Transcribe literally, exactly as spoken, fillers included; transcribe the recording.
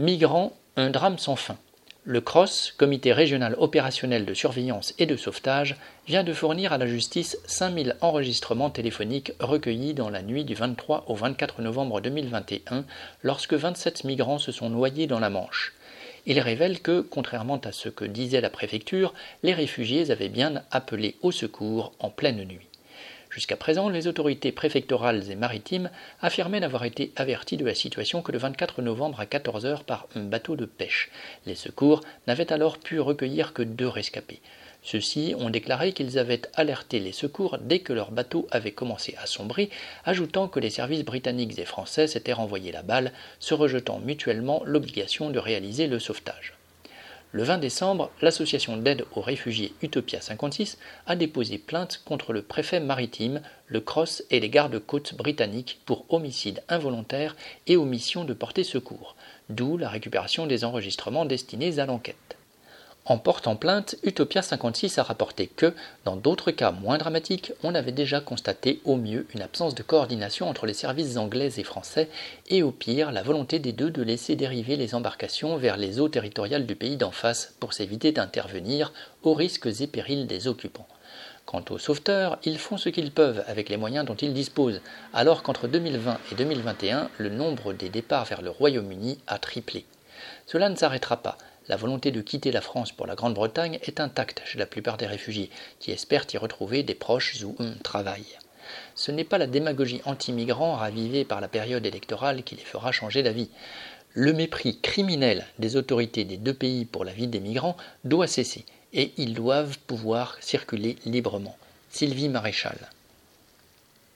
Migrants, un drame sans fin. Le C R O S, Comité régional opérationnel de surveillance et de sauvetage, vient de fournir à la justice cinq mille enregistrements téléphoniques recueillis dans la nuit du vingt-trois au vingt-quatre novembre deux mille vingt et un, lorsque vingt-sept migrants se sont noyés dans la Manche. Il révèle que, contrairement à ce que disait la préfecture, les réfugiés avaient bien appelé au secours en pleine nuit. Jusqu'à présent, les autorités préfectorales et maritimes affirmaient n'avoir été averties de la situation que le vingt-quatre novembre à quatorze heures par un bateau de pêche. Les secours n'avaient alors pu recueillir que deux rescapés. Ceux-ci ont déclaré qu'ils avaient alerté les secours dès que leur bateau avait commencé à sombrer, ajoutant que les services britanniques et français s'étaient renvoyé la balle, se rejetant mutuellement l'obligation de réaliser le sauvetage. Le vingt décembre, l'association d'aide aux réfugiés Utopia cinquante-six a déposé plainte contre le préfet maritime, le C R O S et les gardes-côtes britanniques pour homicide involontaire et omission de porter secours, d'où la récupération des enregistrements destinés à l'enquête. En portant plainte, Utopia cinquante-six a rapporté que, dans d'autres cas moins dramatiques, on avait déjà constaté au mieux une absence de coordination entre les services anglais et français et au pire la volonté des deux de laisser dériver les embarcations vers les eaux territoriales du pays d'en face pour s'éviter d'intervenir aux risques et périls des occupants. Quant aux sauveteurs, ils font ce qu'ils peuvent avec les moyens dont ils disposent, alors qu'entre deux mille vingt et deux mille vingt et un, le nombre des départs vers le Royaume-Uni a triplé. Cela ne s'arrêtera pas. La volonté de quitter la France pour la Grande-Bretagne est intacte chez la plupart des réfugiés, qui espèrent y retrouver des proches ou un travail. Ce n'est pas la démagogie anti-migrants ravivée par la période électorale qui les fera changer d'avis. Le mépris criminel des autorités des deux pays pour la vie des migrants doit cesser, et ils doivent pouvoir circuler librement. Sylvie Maréchal.